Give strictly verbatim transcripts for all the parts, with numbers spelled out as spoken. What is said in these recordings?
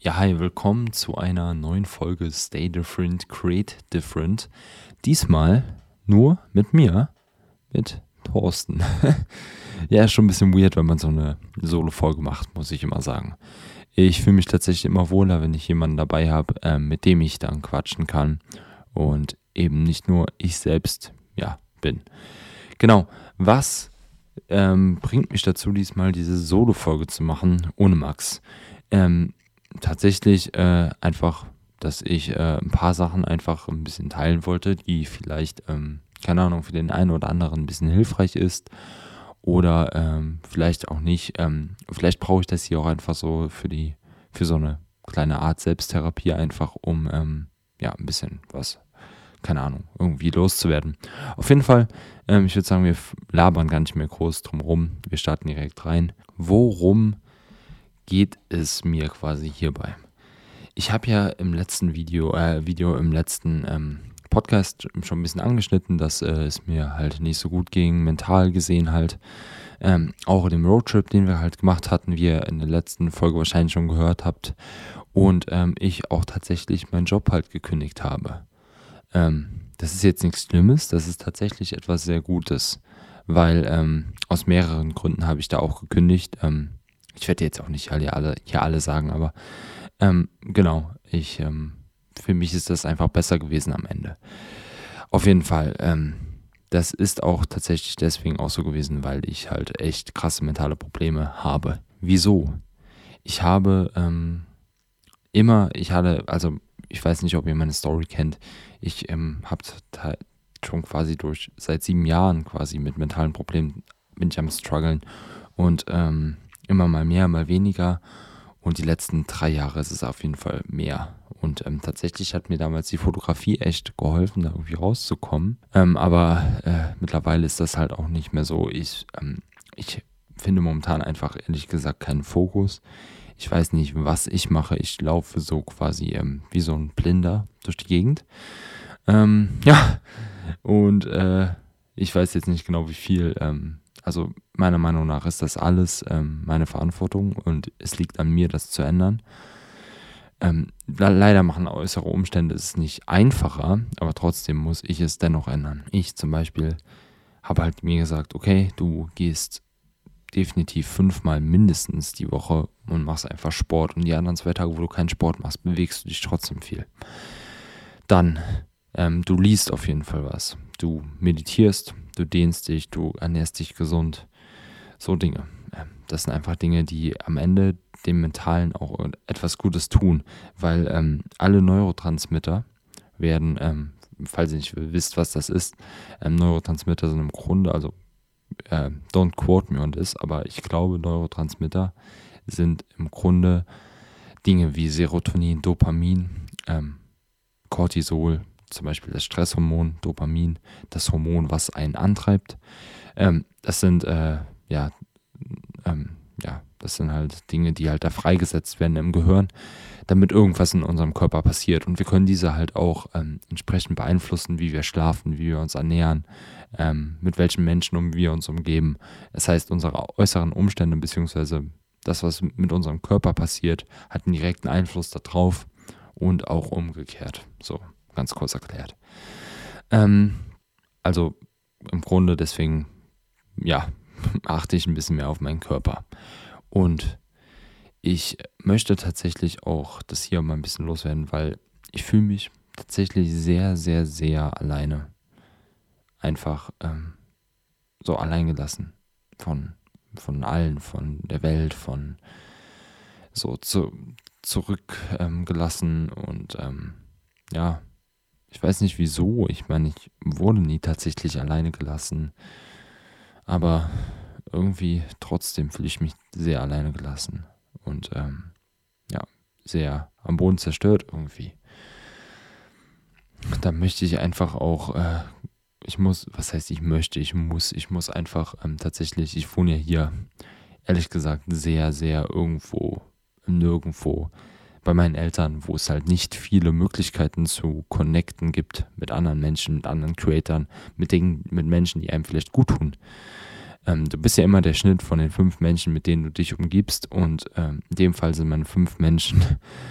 Ja, hi, willkommen zu einer neuen Folge Stay Different, Create Different. Diesmal nur mit mir, mit Thorsten. Ja, ist schon ein bisschen weird, wenn man so eine Solo-Folge macht, muss ich immer sagen. Ich fühle mich tatsächlich immer wohler, wenn ich jemanden dabei habe, ähm, mit dem ich dann quatschen kann und eben nicht nur ich selbst, ja, bin. Genau, was ähm, bringt mich dazu, diesmal diese Solo-Folge zu machen ohne Max? Ähm, tatsächlich äh, einfach, dass ich äh, ein paar Sachen einfach ein bisschen teilen wollte, die vielleicht, ähm, keine Ahnung, für den einen oder anderen ein bisschen hilfreich ist oder ähm, vielleicht auch nicht. Ähm, vielleicht brauche ich das hier auch einfach so für die, für so eine kleine Art Selbsttherapie einfach, um ähm, ja ein bisschen was, keine Ahnung, irgendwie loszuwerden. Auf jeden Fall, ähm, ich würde sagen, wir f- labern gar nicht mehr groß drum rum. Wir starten direkt rein. Worum geht es mir quasi hierbei? Ich habe ja im letzten Video, äh, Video im letzten ähm, Podcast schon ein bisschen angeschnitten, dass äh, es mir halt nicht so gut ging, mental gesehen halt. Ähm, auch in dem Roadtrip, den wir halt gemacht hatten, wie ihr in der letzten Folge wahrscheinlich schon gehört habt. Und ähm, ich auch tatsächlich meinen Job halt gekündigt habe. Ähm, das ist jetzt nichts Schlimmes, das ist tatsächlich etwas sehr Gutes, weil ähm, aus mehreren Gründen habe ich da auch gekündigt. Ähm, ich werde jetzt auch nicht hier alle, hier alle sagen, aber ähm, genau, ich, ähm, für mich ist das einfach besser gewesen am Ende. Auf jeden Fall, ähm, das ist auch tatsächlich deswegen auch so gewesen, weil ich halt echt krasse mentale Probleme habe. Wieso? Ich habe ähm, immer, ich hatte, also ich weiß nicht, ob ihr meine Story kennt, ich ähm, habe schon quasi durch, seit sieben Jahren quasi mit mentalen Problemen bin ich am struggeln und ähm, immer mal mehr, mal weniger. Und die letzten drei Jahre ist es auf jeden Fall mehr. Und ähm, tatsächlich hat mir damals die Fotografie echt geholfen, da irgendwie rauszukommen. Ähm, aber äh, mittlerweile ist das halt auch nicht mehr so. Ich, ähm, ich finde momentan einfach ehrlich gesagt keinen Fokus. Ich weiß nicht, was ich mache. Ich laufe so quasi ähm, wie so ein Blinder durch die Gegend. Ähm, ja, und äh, ich weiß jetzt nicht genau, wie viel. Ähm, also meiner Meinung nach ist das alles ähm, meine Verantwortung und es liegt an mir, das zu ändern. Ähm, le- leider machen äußere Umstände es nicht einfacher, aber trotzdem muss ich es dennoch ändern. Ich zum Beispiel habe halt mir gesagt, okay, du gehst definitiv fünfmal mindestens die Woche und machst einfach Sport und die anderen zwei Tage, wo du keinen Sport machst, bewegst du dich trotzdem viel. Dann, ähm, du liest auf jeden Fall was. Du meditierst, du dehnst dich, du ernährst dich gesund. So Dinge. Ähm, Das sind einfach Dinge, die am Ende dem Mentalen auch etwas Gutes tun, weil ähm, alle Neurotransmitter werden, ähm, falls ihr nicht wisst, was das ist, ähm, Neurotransmitter sind im Grunde, also äh, don't quote me on this, aber ich glaube, Neurotransmitter sind im Grunde Dinge wie Serotonin, Dopamin, ähm, Cortisol, zum Beispiel das Stresshormon, Dopamin, das Hormon, was einen antreibt. Ähm, das sind, äh, ja, ähm, ja, das sind halt Dinge, die halt da freigesetzt werden im Gehirn, damit irgendwas in unserem Körper passiert. Und wir können diese halt auch ähm, entsprechend beeinflussen, wie wir schlafen, wie wir uns ernähren, ähm, mit welchen Menschen um wir uns umgeben. Das heißt, unsere äußeren Umstände beziehungsweise das, was mit unserem Körper passiert, hat einen direkten Einfluss darauf und auch umgekehrt. So, ganz kurz erklärt. Ähm, also im Grunde deswegen, ja, achte ich ein bisschen mehr auf meinen Körper. Und ich möchte tatsächlich auch das hier mal ein bisschen loswerden, weil ich fühle mich tatsächlich sehr, sehr, sehr alleine. Einfach ähm, so alleingelassen von, von allen, von der Welt, von so zu, zurückgelassen ähm, und ähm, ja, ich weiß nicht wieso. Ich meine, ich wurde nie tatsächlich alleine gelassen, aber irgendwie trotzdem fühle ich mich sehr alleine gelassen und ähm, ja, sehr am Boden zerstört irgendwie. Da möchte ich einfach auch, äh, ich muss, was heißt ich möchte, ich muss, ich muss einfach ähm, tatsächlich, ich wohne ja hier, ehrlich gesagt, sehr, sehr irgendwo, nirgendwo bei meinen Eltern, wo es halt nicht viele Möglichkeiten zu connecten gibt mit anderen Menschen, mit anderen Creatoren, mit, den, mit Menschen, die einem vielleicht gut tun. Ähm, du bist ja immer der Schnitt von den fünf Menschen, mit denen du dich umgibst und ähm, in dem Fall sind meine fünf Menschen,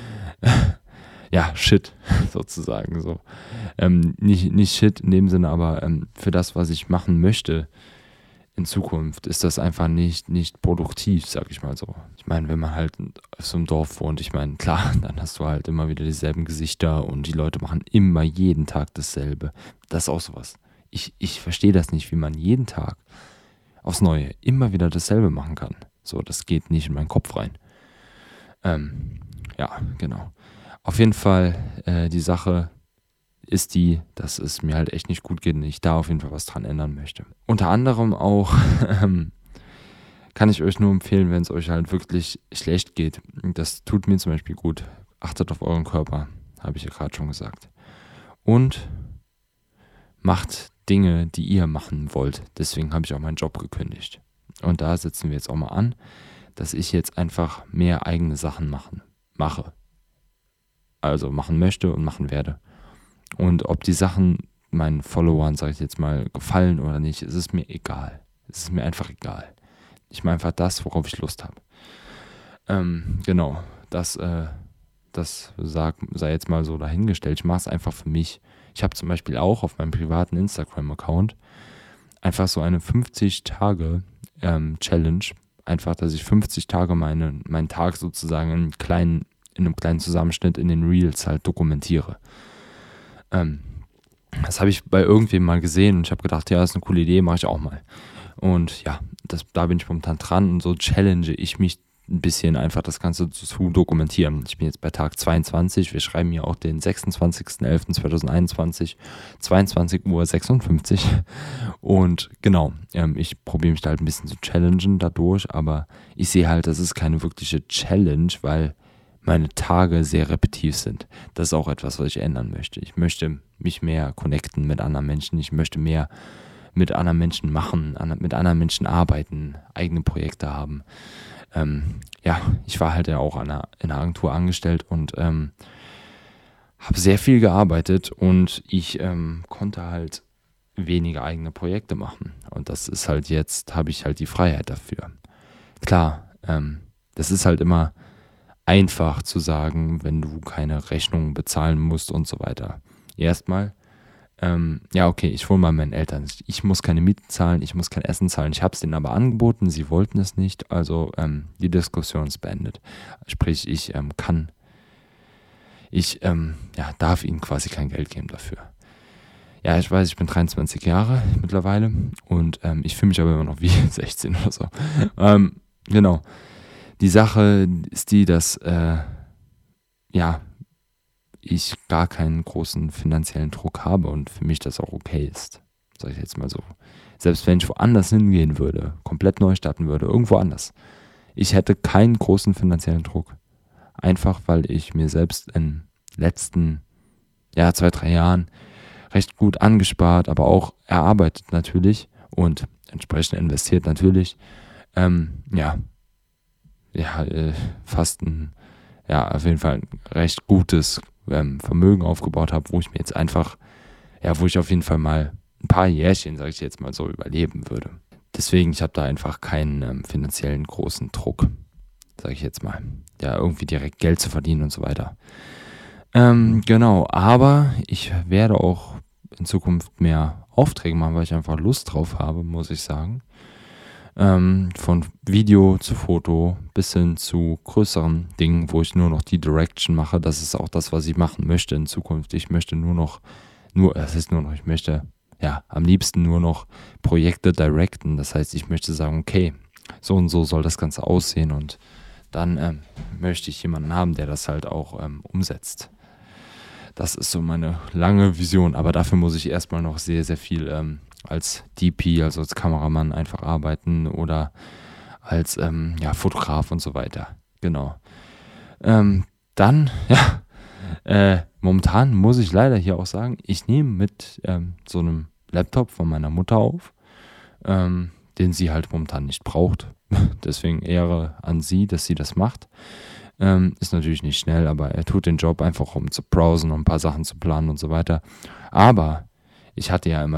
ja, Shit, sozusagen so. Ähm, nicht, nicht Shit in dem Sinne, aber ähm, für das, was ich machen möchte in Zukunft, ist das einfach nicht, nicht produktiv, sag ich mal so. Ich meine, wenn man halt auf so einem Dorf wohnt, ich meine, klar, dann hast du halt immer wieder dieselben Gesichter und die Leute machen immer jeden Tag dasselbe. Das ist auch sowas. Ich, ich verstehe das nicht, wie man jeden Tag aufs Neue immer wieder dasselbe machen kann. So, das geht nicht in meinen Kopf rein. Ähm, ja, genau. Auf jeden Fall, äh, die Sache ist die, dass es mir halt echt nicht gut geht und ich da auf jeden Fall was dran ändern möchte. Unter anderem auch ähm, kann ich euch nur empfehlen, wenn es euch halt wirklich schlecht geht. Das tut mir zum Beispiel gut. Achtet auf euren Körper, habe ich ja gerade schon gesagt. Und macht Dinge, die ihr machen wollt. Deswegen habe ich auch meinen Job gekündigt. Und da setzen wir jetzt auch mal an, dass ich jetzt einfach mehr eigene Sachen machen, mache. Also machen möchte und machen werde. Und ob die Sachen meinen Followern, sage ich jetzt mal, gefallen oder nicht, ist es mir egal. Es ist mir einfach egal. Ich mache einfach das, worauf ich Lust habe. Ähm, genau, das, äh, das sag, sei jetzt mal so dahingestellt. Ich mache es einfach für mich. Ich habe zum Beispiel auch auf meinem privaten Instagram-Account einfach so eine fünfzig Tage ähm, Challenge. Einfach, dass ich fünfzig Tage meine, meinen Tag sozusagen in einem kleinen, in einem kleinen Zusammenschnitt in den Reels halt dokumentiere. Ähm, das habe ich bei irgendwem mal gesehen und ich habe gedacht, ja, das ist eine coole Idee, mache ich auch mal. Und ja, das, da bin ich momentan dran und so challenge ich mich ein bisschen einfach das Ganze zu dokumentieren. Ich bin jetzt bei Tag zweiundzwanzig, wir schreiben hier auch den sechsundzwanzigster elfter zweitausendeinundzwanzig, zweiundzwanzig Uhr sechsundfünfzig und genau, ähm, ich probiere mich da halt ein bisschen zu challengen dadurch, aber ich sehe halt, das ist keine wirkliche Challenge, weil meine Tage sehr repetitiv sind. Das ist auch etwas, was ich ändern möchte. Ich möchte mich mehr connecten mit anderen Menschen, ich möchte mehr mit anderen Menschen machen, mit anderen Menschen arbeiten, eigene Projekte haben. Ähm, ja, ich war halt ja auch an einer, in einer Agentur angestellt und ähm, habe sehr viel gearbeitet und ich ähm, konnte halt weniger eigene Projekte machen. Und das ist halt jetzt, habe ich halt die Freiheit dafür. Klar, ähm, das ist halt immer einfach zu sagen, wenn du keine Rechnungen bezahlen musst und so weiter. Erstmal, ähm, ja okay, ich wohne bei meinen Eltern. Ich muss keine Miete zahlen, ich muss kein Essen zahlen. Ich habe es denen aber angeboten, sie wollten es nicht. Also ähm, die Diskussion ist beendet. Sprich, ich ähm, kann, ich ähm, ja, darf ihnen quasi kein Geld geben dafür. Ja, ich weiß, ich bin dreiundzwanzig Jahre mittlerweile und ähm, ich fühle mich aber immer noch wie sechzehn oder so. ähm, genau. Die Sache ist die, dass äh, ja, ich gar keinen großen finanziellen Druck habe und für mich das auch okay ist. Sag ich jetzt mal so. Selbst wenn ich woanders hingehen würde, komplett neu starten würde, irgendwo anders. Ich hätte keinen großen finanziellen Druck. Einfach, weil ich mir selbst in den letzten ja, zwei, drei Jahren recht gut angespart, aber auch erarbeitet natürlich und entsprechend investiert natürlich. Ähm, ja, ja, äh, fast ein, ja, auf jeden Fall ein recht gutes ähm, Vermögen aufgebaut habe, wo ich mir jetzt einfach, ja, wo ich auf jeden Fall mal ein paar Jährchen, sage ich jetzt mal so, überleben würde. Deswegen, ich habe da einfach keinen ähm, finanziellen großen Druck, sage ich jetzt mal. Ja, irgendwie direkt Geld zu verdienen und so weiter. Ähm, genau, aber ich werde auch in Zukunft mehr Aufträge machen, weil ich einfach Lust drauf habe, muss ich sagen. Ähm, von Video zu Foto bis hin zu größeren Dingen, wo ich nur noch die Direction mache. Das ist auch das, was ich machen möchte in Zukunft. Ich möchte nur noch, nur, es ist nur noch, ich möchte ja am liebsten nur noch Projekte directen. Das heißt, ich möchte sagen, okay, so und so soll das Ganze aussehen und dann ähm, möchte ich jemanden haben, der das halt auch ähm, umsetzt. Das ist so meine lange Vision, aber dafür muss ich erstmal noch sehr, sehr viel ähm, als D P, also als Kameramann einfach arbeiten oder als ähm, ja, Fotograf und so weiter. Genau. Ähm, dann, ja, äh, momentan muss ich leider hier auch sagen, ich nehme mit ähm, so einem Laptop von meiner Mutter auf, ähm, den sie halt momentan nicht braucht. Deswegen Ehre an sie, dass sie das macht. Ähm, ist natürlich nicht schnell, aber er tut den Job einfach, um zu browsen und ein paar Sachen zu planen und so weiter. Aber ich hatte ja immer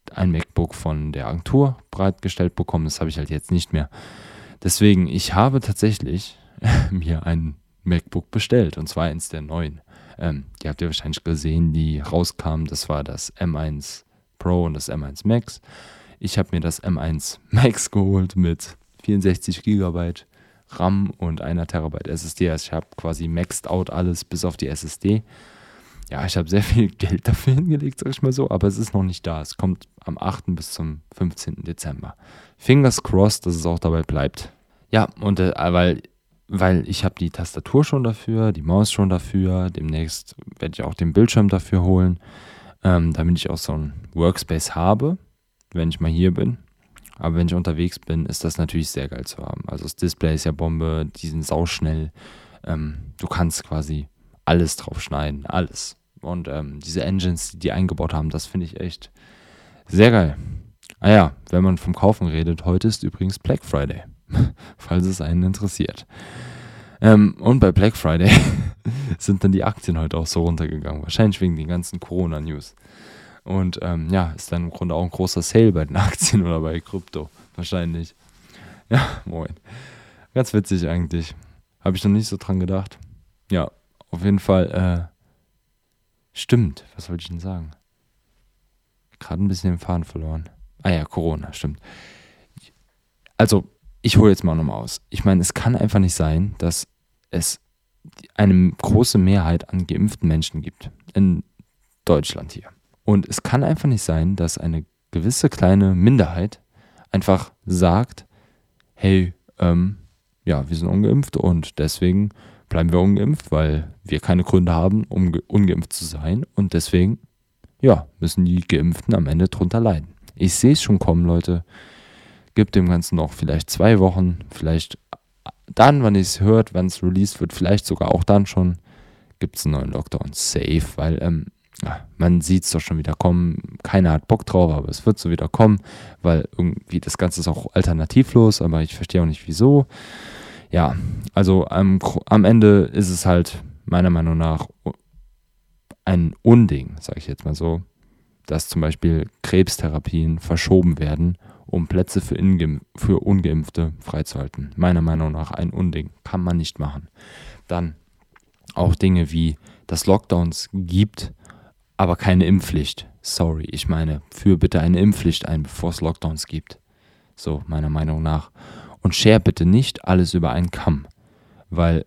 ein MacBook von der Agentur bereitgestellt bekommen. Das habe ich halt jetzt nicht mehr. Deswegen, ich habe tatsächlich mir ein MacBook bestellt, und zwar eins der neuen. Ähm, die habt ihr wahrscheinlich gesehen, die rauskamen. Das war das M eins Pro und das M eins Max. Ich habe mir das M eins Max geholt mit vierundsechzig Gigabyte RAM und einer Terabyte S S D. Also ich habe quasi maxed out alles bis auf die S S D. Ja, ich habe sehr viel Geld dafür hingelegt, sag ich mal so, aber es ist noch nicht da. Es kommt am achten bis zum fünfzehnten Dezember. Fingers crossed, dass es auch dabei bleibt. Ja, und äh, weil, weil ich habe die Tastatur schon dafür, die Maus schon dafür, demnächst werde ich auch den Bildschirm dafür holen, ähm, damit ich auch so ein Workspace habe, wenn ich mal hier bin. Aber wenn ich unterwegs bin, ist das natürlich sehr geil zu haben. Also das Display ist ja Bombe, die sind sauschnell. Ähm, du kannst quasi alles drauf schneiden, alles. Und ähm, diese Engines, die die eingebaut haben, das finde ich echt sehr geil. Ah ja, wenn man vom Kaufen redet, heute ist übrigens Black Friday, falls es einen interessiert. Ähm, und bei Black Friday sind dann die Aktien heute auch so runtergegangen, wahrscheinlich wegen den ganzen Corona-News. Und ähm, ja, ist dann im Grunde auch ein großer Sale bei den Aktien oder bei Krypto, wahrscheinlich. Ja, moin. Ganz witzig eigentlich. Habe ich noch nicht so dran gedacht. Ja, auf jeden Fall, äh, stimmt, was wollte ich denn sagen? Gerade ein bisschen den Faden verloren. Ah ja, Corona, stimmt. Also, ich hole jetzt mal nochmal aus. Ich meine, es kann einfach nicht sein, dass es eine große Mehrheit an geimpften Menschen gibt in Deutschland hier. Und es kann einfach nicht sein, dass eine gewisse kleine Minderheit einfach sagt, hey, ähm, ja, wir sind ungeimpft und deswegen bleiben wir ungeimpft, weil wir keine Gründe haben, um ge- ungeimpft zu sein. Und deswegen, ja, müssen die Geimpften am Ende drunter leiden. Ich sehe es schon kommen, Leute. Gibt dem Ganzen noch vielleicht zwei Wochen, vielleicht dann, wenn ihr es hört, wenn es released wird, vielleicht sogar auch dann schon, gibt es einen neuen Lockdown. Safe, weil ähm, ja, man sieht es doch schon wieder kommen. Keiner hat Bock drauf, aber es wird so wieder kommen, weil irgendwie das Ganze ist auch alternativlos, aber ich verstehe auch nicht wieso. Ja, also am, am Ende ist es halt meiner Meinung nach ein Unding, sage ich jetzt mal so, dass zum Beispiel Krebstherapien verschoben werden, um Plätze für, Inge- für Ungeimpfte freizuhalten. Meiner Meinung nach ein Unding, kann man nicht machen. Dann auch Dinge wie, dass Lockdowns gibt, aber keine Impfpflicht. Sorry, ich meine, führ bitte eine Impfpflicht ein, bevor es Lockdowns gibt. So, meiner Meinung nach. Und share bitte nicht alles über einen Kamm, weil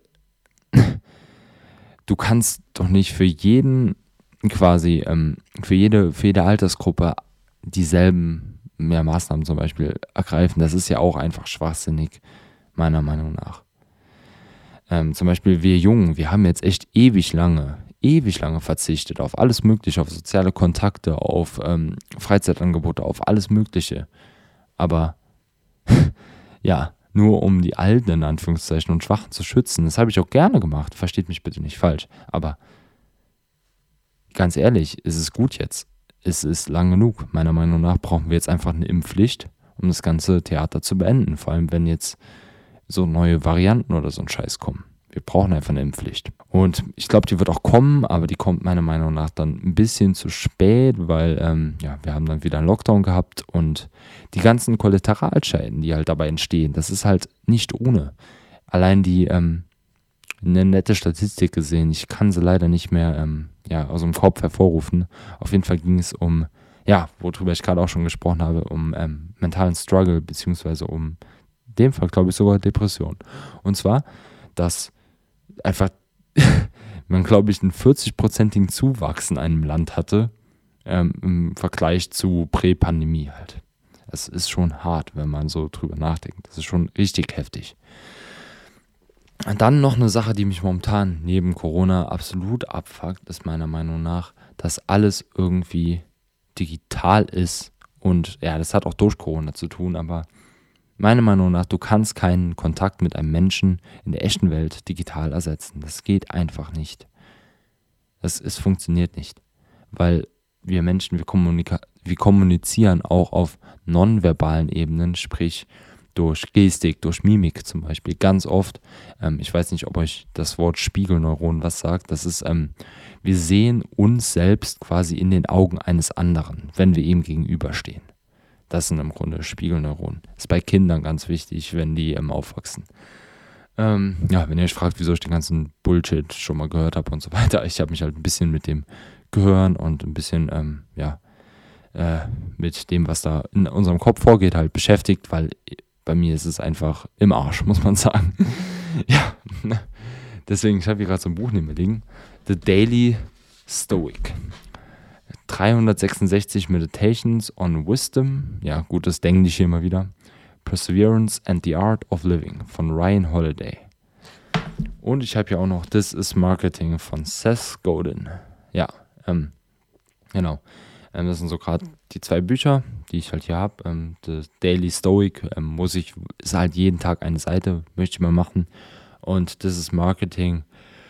du kannst doch nicht für jeden quasi, ähm, für jede, für jede Altersgruppe dieselben ja, Maßnahmen zum Beispiel ergreifen. Das ist ja auch einfach schwachsinnig, meiner Meinung nach. Ähm, zum Beispiel wir Jungen, wir haben jetzt echt ewig lange, ewig lange verzichtet auf alles Mögliche, auf soziale Kontakte, auf ähm, Freizeitangebote, auf alles Mögliche. Aber ja, nur um die Alten in Anführungszeichen und Schwachen zu schützen. Das habe ich auch gerne gemacht, versteht mich bitte nicht falsch. Aber ganz ehrlich, ist es gut jetzt. Es ist lang genug. Meiner Meinung nach brauchen wir jetzt einfach eine Impfpflicht, um das ganze Theater zu beenden. Vor allem, wenn jetzt so neue Varianten oder so ein Scheiß kommen. Wir brauchen einfach eine Impfpflicht. Und ich glaube, die wird auch kommen, aber die kommt meiner Meinung nach dann ein bisschen zu spät, weil ähm, ja, wir haben dann wieder einen Lockdown gehabt und die ganzen Kollateralschäden, die halt dabei entstehen, das ist halt nicht ohne. Allein die, ähm, eine nette Statistik gesehen, ich kann sie leider nicht mehr ähm, ja, aus dem Kopf hervorrufen. Auf jeden Fall ging es um, ja, worüber ich gerade auch schon gesprochen habe, um ähm, mentalen Struggle, beziehungsweise um, in dem Fall glaube ich sogar Depression. Und zwar, dass einfach man, glaube ich, einen vierzig-prozentigen Zuwachs in einem Land hatte, ähm, im Vergleich zu Prä-Pandemie halt. Das ist schon hart, wenn man so drüber nachdenkt. Das ist schon richtig heftig. Und dann noch eine Sache, die mich momentan neben Corona absolut abfuckt, ist meiner Meinung nach, dass alles irgendwie digital ist. Und ja, das hat auch durch Corona zu tun, aber meiner Meinung nach, du kannst keinen Kontakt mit einem Menschen in der echten Welt digital ersetzen. Das geht einfach nicht. Das, es funktioniert nicht. Weil wir Menschen, wir, kommunika- wir kommunizieren auch auf nonverbalen Ebenen, sprich, durch Gestik, durch Mimik zum Beispiel, ganz oft. Ähm, ich weiß nicht, ob euch das Wort Spiegelneuron was sagt. Das ist, ähm, wir sehen uns selbst quasi in den Augen eines anderen, wenn wir ihm gegenüberstehen. Das sind im Grunde Spiegelneuronen. Ist bei Kindern ganz wichtig, wenn die ähm, aufwachsen. Ähm, ja, wenn ihr euch fragt, wieso ich den ganzen Bullshit schon mal gehört habe und so weiter, ich habe mich halt ein bisschen mit dem Gehirn und ein bisschen, ähm, ja, äh, mit dem, was da in unserem Kopf vorgeht, halt beschäftigt, weil bei mir ist es einfach im Arsch, muss man sagen. Ja, deswegen, ich habe hier gerade so ein Buch neben mir liegen. The Daily Stoic. dreihundertsechsundsechzig Meditations on Wisdom. Ja, gut, das denke ich hier immer wieder. Perseverance and the Art of Living von Ryan Holiday. Und ich habe hier auch noch This is Marketing von Seth Godin. Ja, ähm, genau. Ähm, das sind so gerade die zwei Bücher, die ich halt hier habe. Ähm, The Daily Stoic ähm, muss ich, ist halt jeden Tag eine Seite, möchte ich mal machen. Und This is Marketing.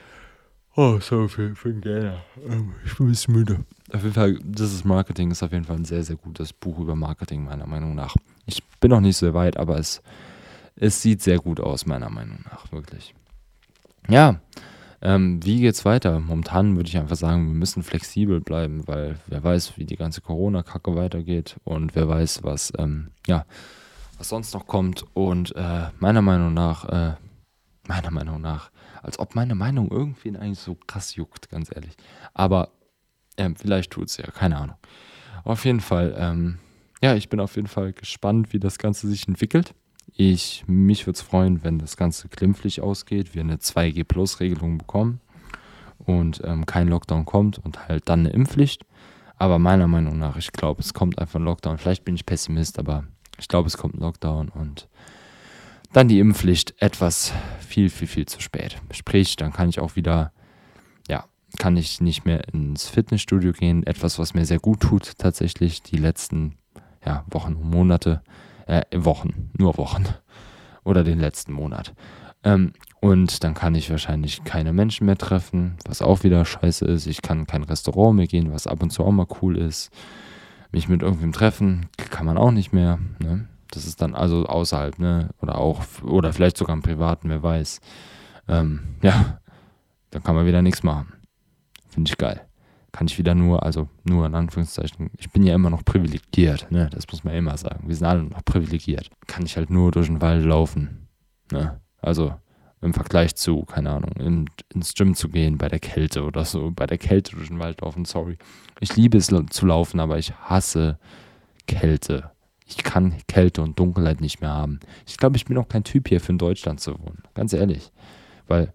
Oh, so viel, viel gerne. Ähm, ich bin ein bisschen müde. Auf jeden Fall, This is Marketing ist auf jeden Fall ein sehr, sehr gutes Buch über Marketing, meiner Meinung nach. Ich bin noch nicht so weit, aber es, es sieht sehr gut aus, meiner Meinung nach, wirklich. Ja, ähm, wie geht's weiter? Momentan würde ich einfach sagen, wir müssen flexibel bleiben, weil wer weiß, wie die ganze Corona-Kacke weitergeht und wer weiß, was, ähm, ja, was sonst noch kommt. Und äh, meiner Meinung nach, äh, meiner Meinung nach, als ob meine Meinung irgendwen eigentlich so krass juckt, ganz ehrlich. Aber ähm, vielleicht tut es ja, keine Ahnung. Auf jeden Fall, ähm, ja, ich bin auf jeden Fall gespannt, wie das Ganze sich entwickelt. Ich, mich würde es freuen, wenn das Ganze glimpflich ausgeht, wir eine zwei G Plus Regelung bekommen und ähm, kein Lockdown kommt und halt dann eine Impfpflicht. Aber meiner Meinung nach, ich glaube, es kommt einfach ein Lockdown. Vielleicht bin ich Pessimist, aber ich glaube, es kommt ein Lockdown und dann die Impfpflicht etwas viel, viel, viel zu spät. Sprich, dann kann ich auch wieder, ja, kann ich nicht mehr ins Fitnessstudio gehen. Etwas, was mir sehr gut tut, tatsächlich die letzten ja, Wochen und Monate. Äh, Wochen, nur Wochen. Oder den letzten Monat. Ähm, und dann kann ich wahrscheinlich keine Menschen mehr treffen, was auch wieder scheiße ist. Ich kann kein Restaurant mehr gehen, was ab und zu auch mal cool ist. Mich mit irgendwem treffen, kann man auch nicht mehr, ne? Das ist dann also außerhalb, ne? Oder auch, oder vielleicht sogar im Privaten, wer weiß. Ähm, ja, dann kann man wieder nichts machen. Finde ich geil. Kann ich wieder nur, also nur in Anführungszeichen, ich bin ja immer noch privilegiert, ne? Das muss man immer sagen. Wir sind alle noch privilegiert. Kann ich halt nur durch den Wald laufen, ne? Also im Vergleich zu, keine Ahnung, in, ins Gym zu gehen bei der Kälte oder so, bei der Kälte durch den Wald laufen, sorry. Ich liebe es zu laufen, aber ich hasse Kälte. Ich kann Kälte und Dunkelheit nicht mehr haben. Ich glaube, ich bin auch kein Typ hier für in Deutschland zu wohnen. Ganz ehrlich. Weil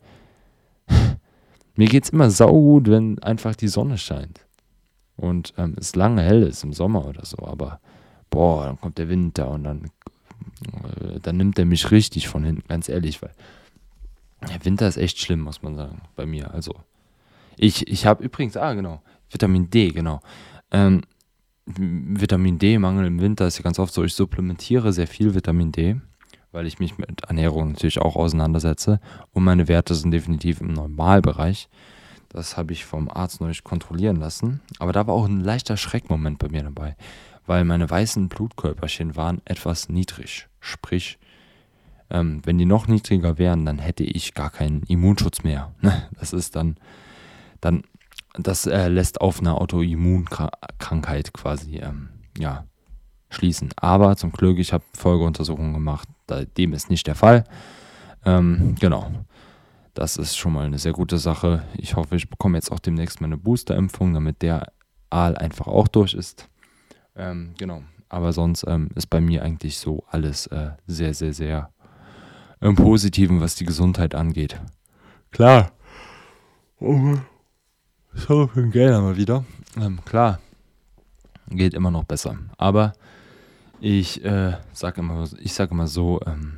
mir geht es immer saugut, wenn einfach die Sonne scheint. Und ähm, es lange hell ist im Sommer oder so. Aber boah, dann kommt der Winter und dann, äh, dann nimmt er mich richtig von hinten. Ganz ehrlich. Weil der Winter ist echt schlimm, muss man sagen, bei mir. Also ich, ich habe übrigens, ah genau, Vitamin D, genau. Ähm, Vitamin D-Mangel im Winter ist ja ganz oft so, ich supplementiere sehr viel Vitamin D, weil ich mich mit Ernährung natürlich auch auseinandersetze und meine Werte sind definitiv im Normalbereich. Das habe ich vom Arzt neulich kontrollieren lassen, aber da war auch ein leichter Schreckmoment bei mir dabei, weil meine weißen Blutkörperchen waren etwas niedrig, sprich, ähm, wenn die noch niedriger wären, dann hätte ich gar keinen Immunschutz mehr. Das ist dann, dann Das äh, lässt auf eine Autoimmunkrankheit quasi ähm, ja, schließen. Aber zum Glück, ich habe Folgeuntersuchungen gemacht, da, dem ist nicht der Fall. Ähm, genau, das ist schon mal eine sehr gute Sache. Ich hoffe, ich bekomme jetzt auch demnächst meine Boosterimpfung, damit der Aal einfach auch durch ist. Ähm, genau, aber sonst ähm, ist bei mir eigentlich so alles äh, sehr, sehr, sehr im Positiven, was die Gesundheit angeht. Klar. Oh. So, für den Geld mal wieder. Ähm, klar, geht immer noch besser. Aber ich äh, sage immer, ich sag immer so, ähm,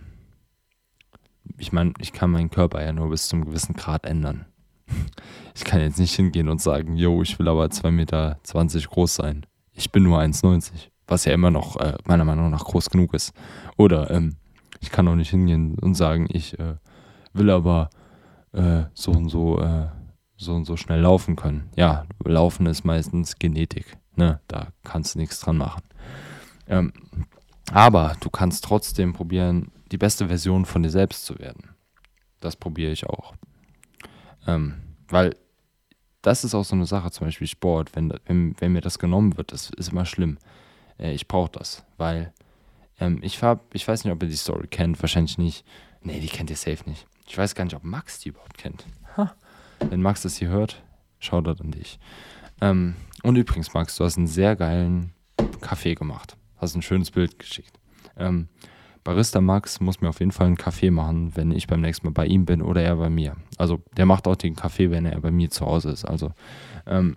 ich meine, ich kann meinen Körper ja nur bis zum gewissen Grad ändern. Ich kann jetzt nicht hingehen und sagen, yo, ich will aber zwei Meter zwanzig groß sein. Ich bin nur eins neunzig, was ja immer noch äh, meiner Meinung nach groß genug ist. Oder ähm, ich kann auch nicht hingehen und sagen, ich äh, will aber äh, so und so äh, so und so schnell laufen können. Ja, Laufen ist meistens Genetik, ne? Da kannst du nichts dran machen. Ähm, Aber du kannst trotzdem probieren, die beste Version von dir selbst zu werden. Das probiere ich auch. Ähm, weil das ist auch so eine Sache, zum Beispiel Sport, wenn, wenn, wenn mir das genommen wird, das ist immer schlimm. Äh, ich brauche das, weil ähm, ich, hab, ich weiß nicht, ob ihr die Story kennt, wahrscheinlich nicht. Nee, die kennt ihr safe nicht. Ich weiß gar nicht, ob Max die überhaupt kennt. Ha. Wenn Max das hier hört, schaut er an dich. Ähm, und übrigens, Max, du hast einen sehr geilen Kaffee gemacht. Hast ein schönes Bild geschickt. Ähm, Barista Max muss mir auf jeden Fall einen Kaffee machen, wenn ich beim nächsten Mal bei ihm bin oder er bei mir. Also der macht auch den Kaffee, wenn er bei mir zu Hause ist. Also ähm,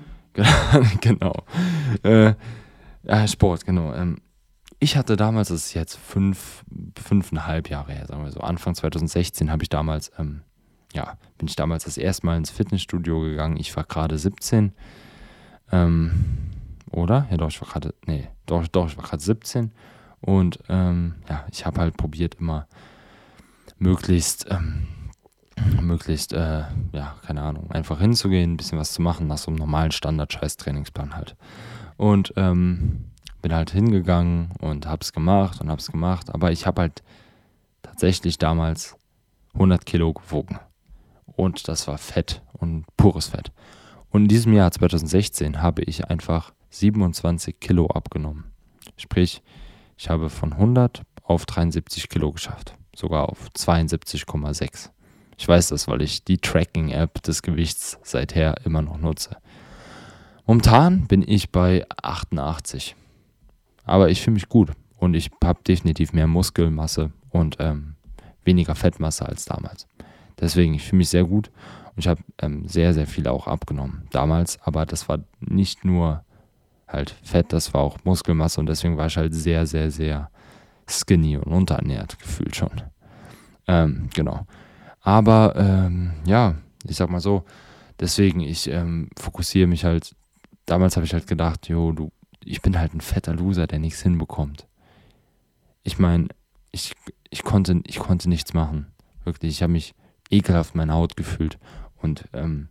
genau. Äh, ja, Sport, genau. Ähm, ich hatte damals, das ist jetzt fünf, fünfeinhalb Jahre her, sagen wir so, Anfang zwanzig sechzehn habe ich damals, ähm, ja, bin ich damals das erste Mal ins Fitnessstudio gegangen. Ich war gerade siebzehn. Ähm, oder? Ja, doch, ich war gerade, nee, doch, doch, ich war gerade siebzehn. Und ähm, ja, ich habe halt probiert, immer möglichst, ähm, möglichst, äh, ja, keine Ahnung, einfach hinzugehen, ein bisschen was zu machen, nach so einem normalen Standard-Scheiß-Trainingsplan halt. Und ähm, bin halt hingegangen und hab's gemacht und hab's gemacht, aber ich habe halt tatsächlich damals hundert Kilo gewogen. Und das war Fett und pures Fett. Und in diesem Jahr zwanzig sechzehn habe ich einfach siebenundzwanzig Kilo abgenommen. Sprich, ich habe von hundert auf dreiundsiebzig Kilo geschafft. Sogar auf zweiundsiebzig Komma sechs. Ich weiß das, weil ich die Tracking-App des Gewichts seither immer noch nutze. Momentan bin ich bei achtundachtzig. Aber ich fühle mich gut. Und ich habe definitiv mehr Muskelmasse und ähm, weniger Fettmasse als damals. Deswegen, ich fühle mich sehr gut. Und ich habe ähm, sehr, sehr viel auch abgenommen damals. Aber das war nicht nur halt Fett, das war auch Muskelmasse. Und deswegen war ich halt sehr, sehr, sehr skinny und unterernährt, gefühlt schon. Ähm, genau. Aber ähm, ja, ich sag mal so, deswegen, ich ähm, fokussiere mich halt, damals habe ich halt gedacht, jo, du, ich bin halt ein fetter Loser, der nichts hinbekommt. Ich meine, ich, ich, konnte, ich konnte nichts machen. Wirklich, ich habe mich ekelhaft in meiner Haut gefühlt und ähm,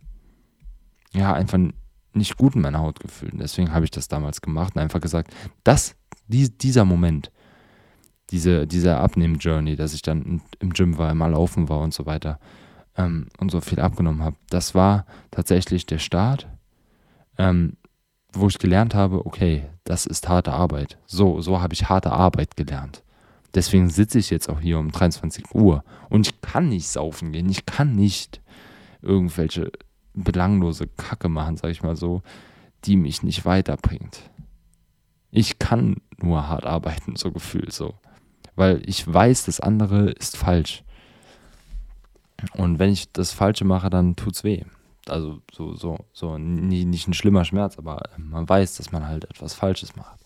ja, einfach nicht gut in meiner Haut gefühlt. Und deswegen habe ich das damals gemacht und einfach gesagt, dass die, dieser Moment, diese, diese Abnehmen-Journey, dass ich dann im Gym war, immer laufen war und so weiter ähm, und so viel abgenommen habe, das war tatsächlich der Start, ähm, wo ich gelernt habe, okay, das ist harte Arbeit. So, so habe ich harte Arbeit gelernt. Deswegen sitze ich jetzt auch hier um dreiundzwanzig Uhr und ich kann nicht saufen gehen, ich kann nicht irgendwelche belanglose Kacke machen, sag ich mal so, die mich nicht weiterbringt. Ich kann nur hart arbeiten, so gefühlt so. Weil ich weiß, das andere ist falsch. Und wenn ich das Falsche mache, dann tut's weh. Also so, so, so, nie, nicht ein schlimmer Schmerz, aber man weiß, dass man halt etwas Falsches macht.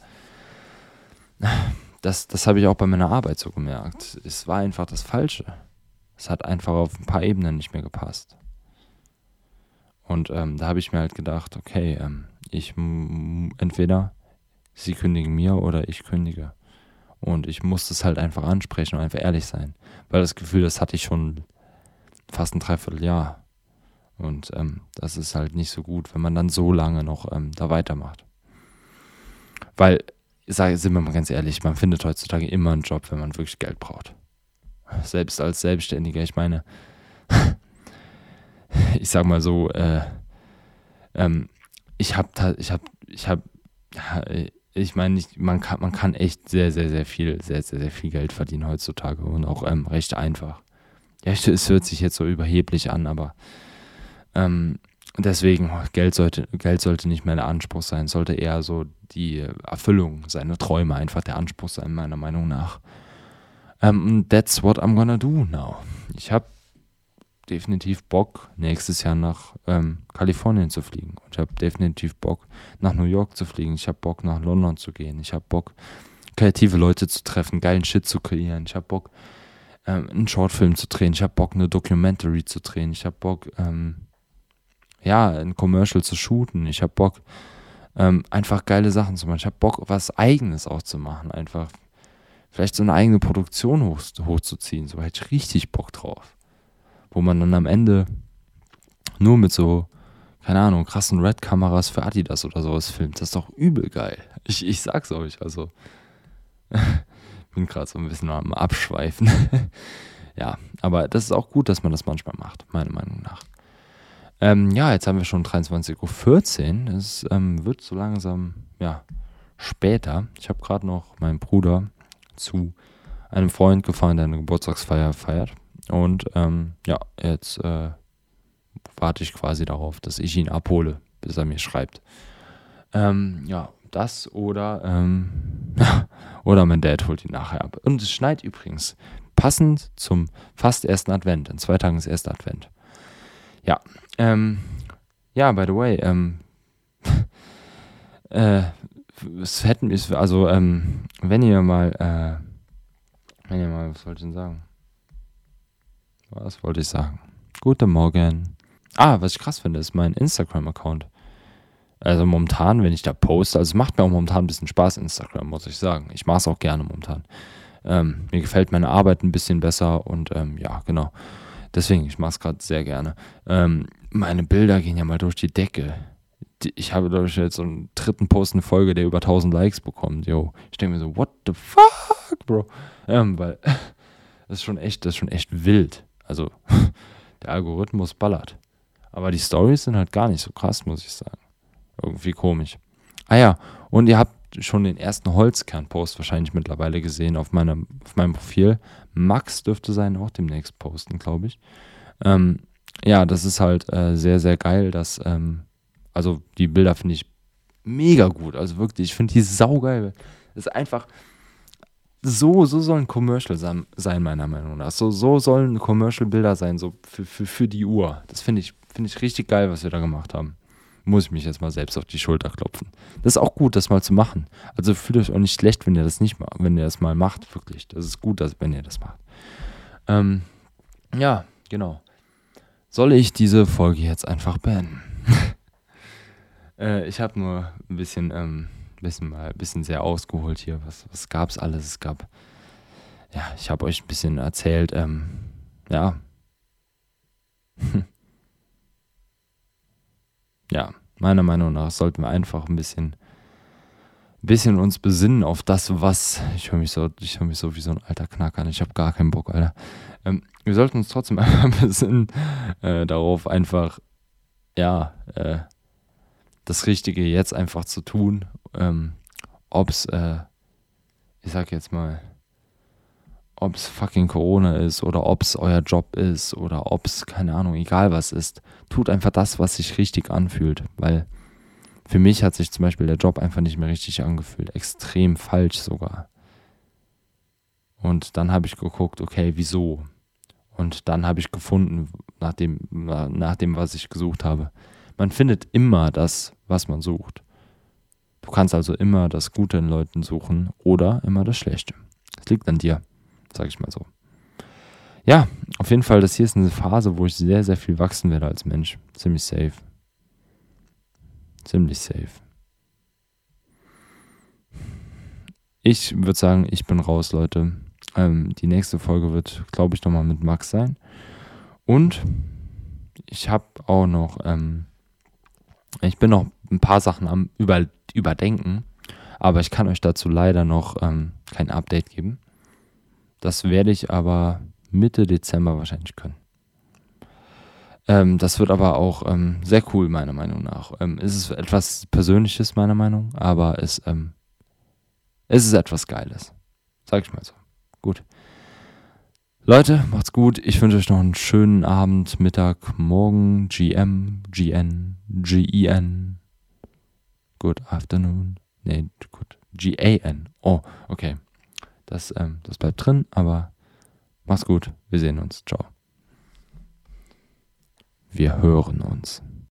Das, das habe ich auch bei meiner Arbeit so gemerkt. Es war einfach das Falsche. Es hat einfach auf ein paar Ebenen nicht mehr gepasst. Und ähm, da habe ich mir halt gedacht, okay, ähm, ich m- entweder sie kündigen mir oder ich kündige. Und ich musste es halt einfach ansprechen und einfach ehrlich sein. Weil das Gefühl, das hatte ich schon fast ein Dreivierteljahr. Und ähm, das ist halt nicht so gut, wenn man dann so lange noch ähm, da weitermacht. Weil, sag, sind wir mal ganz ehrlich, man findet heutzutage immer einen Job, wenn man wirklich Geld braucht. Selbst als Selbstständiger, ich meine, ich sag mal so, äh, ähm, ich hab, ich hab, ich hab, ich meine, nicht, man kann, man kann echt sehr, sehr, sehr viel, sehr, sehr, sehr viel Geld verdienen heutzutage und auch ähm, recht einfach. Ja, es hört sich jetzt so überheblich an, aber ähm, deswegen, Geld sollte, Geld sollte nicht mehr der Anspruch sein, sollte eher so die Erfüllung seiner Träume einfach der Anspruch sein, meiner Meinung nach. Um, that's what I'm gonna do now. Ich habe definitiv Bock, nächstes Jahr nach ähm, Kalifornien zu fliegen. Und ich habe definitiv Bock, nach New York zu fliegen. Ich habe Bock, nach London zu gehen. Ich habe Bock, kreative Leute zu treffen, geilen Shit zu kreieren. Ich habe Bock, ähm, einen Shortfilm zu drehen. Ich habe Bock, eine Documentary zu drehen. Ich habe Bock, ähm, ja, ein Commercial zu shooten. Ich habe Bock, ähm, einfach geile Sachen zu machen. Ich habe Bock, was Eigenes auch zu machen. Einfach vielleicht so eine eigene Produktion hoch, hochzuziehen. So hätte ich richtig Bock drauf. Wo man dann am Ende nur mit so, keine Ahnung, krassen Red-Kameras für Adidas oder sowas filmt. Das ist doch übel geil. Ich, ich sag's euch, also Bin gerade so ein bisschen am Abschweifen. Ja, aber das ist auch gut, dass man das manchmal macht, meiner Meinung nach. Ähm, ja, jetzt haben wir schon dreiundzwanzig Uhr vierzehn. Es ähm, wird so langsam, ja, später. Ich habe gerade noch meinen Bruder zu einem Freund gefahren, der eine Geburtstagsfeier feiert. Und ähm, ja, jetzt äh, warte ich quasi darauf, dass ich ihn abhole, bis er mir schreibt. Ähm, ja, das oder ähm, oder mein Dad holt ihn nachher ab. Und es schneit übrigens. Passend zum fast ersten Advent. In zwei Tagen ist erster Advent. Ja, ähm, ja, by the way, ähm, äh, es hätten wir, also, ähm, wenn ihr mal, äh, wenn ihr mal, was wollte ich denn sagen? Was wollte ich sagen? Guten Morgen. Ah, was ich krass finde, ist mein Instagram-Account. Also momentan, wenn ich da poste, also es macht mir auch momentan ein bisschen Spaß, Instagram, muss ich sagen. Ich mache es auch gerne momentan. Ähm, mir gefällt meine Arbeit ein bisschen besser und ähm, ja, genau. Deswegen, ich mache es gerade sehr gerne. Ähm, meine Bilder gehen ja mal durch die Decke. Die, ich habe dadurch jetzt so einen dritten Post eine Folge, der über tausend Likes bekommt. Yo, ich denke mir so, what the fuck, Bro? Ähm, weil das ist schon echt, das ist schon echt wild. Also der Algorithmus ballert. Aber die Storys sind halt gar nicht so krass, muss ich sagen. Irgendwie komisch. Ah ja, und ihr habt schon den ersten Holzkern-Post wahrscheinlich mittlerweile gesehen auf meinem, auf meinem Profil. Max dürfte sein auch demnächst posten, glaube ich. Ähm, ja, das ist halt äh, sehr, sehr geil, dass, ähm, also die Bilder finde ich mega gut. Also wirklich, ich finde die saugeil. Das ist einfach, so, so soll ein Commercial sein, sein, meiner Meinung nach. So, so sollen Commercial-Bilder sein, so für, für, für die Uhr. Das finde ich, finde ich richtig geil, was wir da gemacht haben. Muss ich mich jetzt mal selbst auf die Schulter klopfen. Das ist auch gut, das mal zu machen. Also fühlt euch auch nicht schlecht, wenn ihr das nicht macht, wenn ihr das mal macht, wirklich. Das ist gut, dass, wenn ihr das macht. Ähm, ja, genau. Soll ich diese Folge jetzt einfach beenden? äh, ich habe nur ein bisschen, ähm, bisschen mal, ein bisschen sehr ausgeholt hier. Was, was gab es alles? Es gab, ja, ich habe euch ein bisschen erzählt, ähm, ja. Ja, meiner Meinung nach sollten wir einfach ein bisschen, bisschen uns besinnen auf das, was. Ich höre mich so, ich höre mich so wie so ein alter Knacker an. Ich habe gar keinen Bock, Alter. Ähm, wir sollten uns trotzdem einfach besinnen äh, darauf, einfach, ja, äh, das Richtige jetzt einfach zu tun. Ähm, ob's, äh, ich sag jetzt mal, ob's fucking Corona ist oder ob's euer Job ist oder ob's, keine Ahnung, egal was ist. Tut einfach das, was sich richtig anfühlt, weil für mich hat sich zum Beispiel der Job einfach nicht mehr richtig angefühlt. Extrem falsch sogar. Und dann habe ich geguckt, okay, wieso? Und dann habe ich gefunden, nach dem, nach dem, was ich gesucht habe. Man findet immer das, was man sucht. Du kannst also immer das Gute in Leuten suchen oder immer das Schlechte. Es liegt an dir, sag ich mal so. Ja, auf jeden Fall, das hier ist eine Phase, wo ich sehr, sehr viel wachsen werde als Mensch. Ziemlich safe. Ziemlich safe. Ich würde sagen, ich bin raus, Leute. Ähm, die nächste Folge wird, glaube ich, nochmal mit Max sein. Und ich habe auch noch, ähm, ich bin noch ein paar Sachen am über, Überdenken, aber ich kann euch dazu leider noch ähm, kein Update geben. Das werde ich aber Mitte Dezember wahrscheinlich können. Ähm, das wird aber auch ähm, sehr cool, meiner Meinung nach. Ähm, es ist etwas Persönliches, meiner Meinung, aber es, ähm, es ist etwas Geiles. Sag ich mal so. Gut. Leute, macht's gut. Ich wünsche euch noch einen schönen Abend, Mittag, Morgen, G M, G N, G E N. Good afternoon. Nee, gut. G A N. Oh, okay. Das, ähm, das bleibt drin, aber macht's gut. Wir sehen uns. Ciao. Wir hören uns.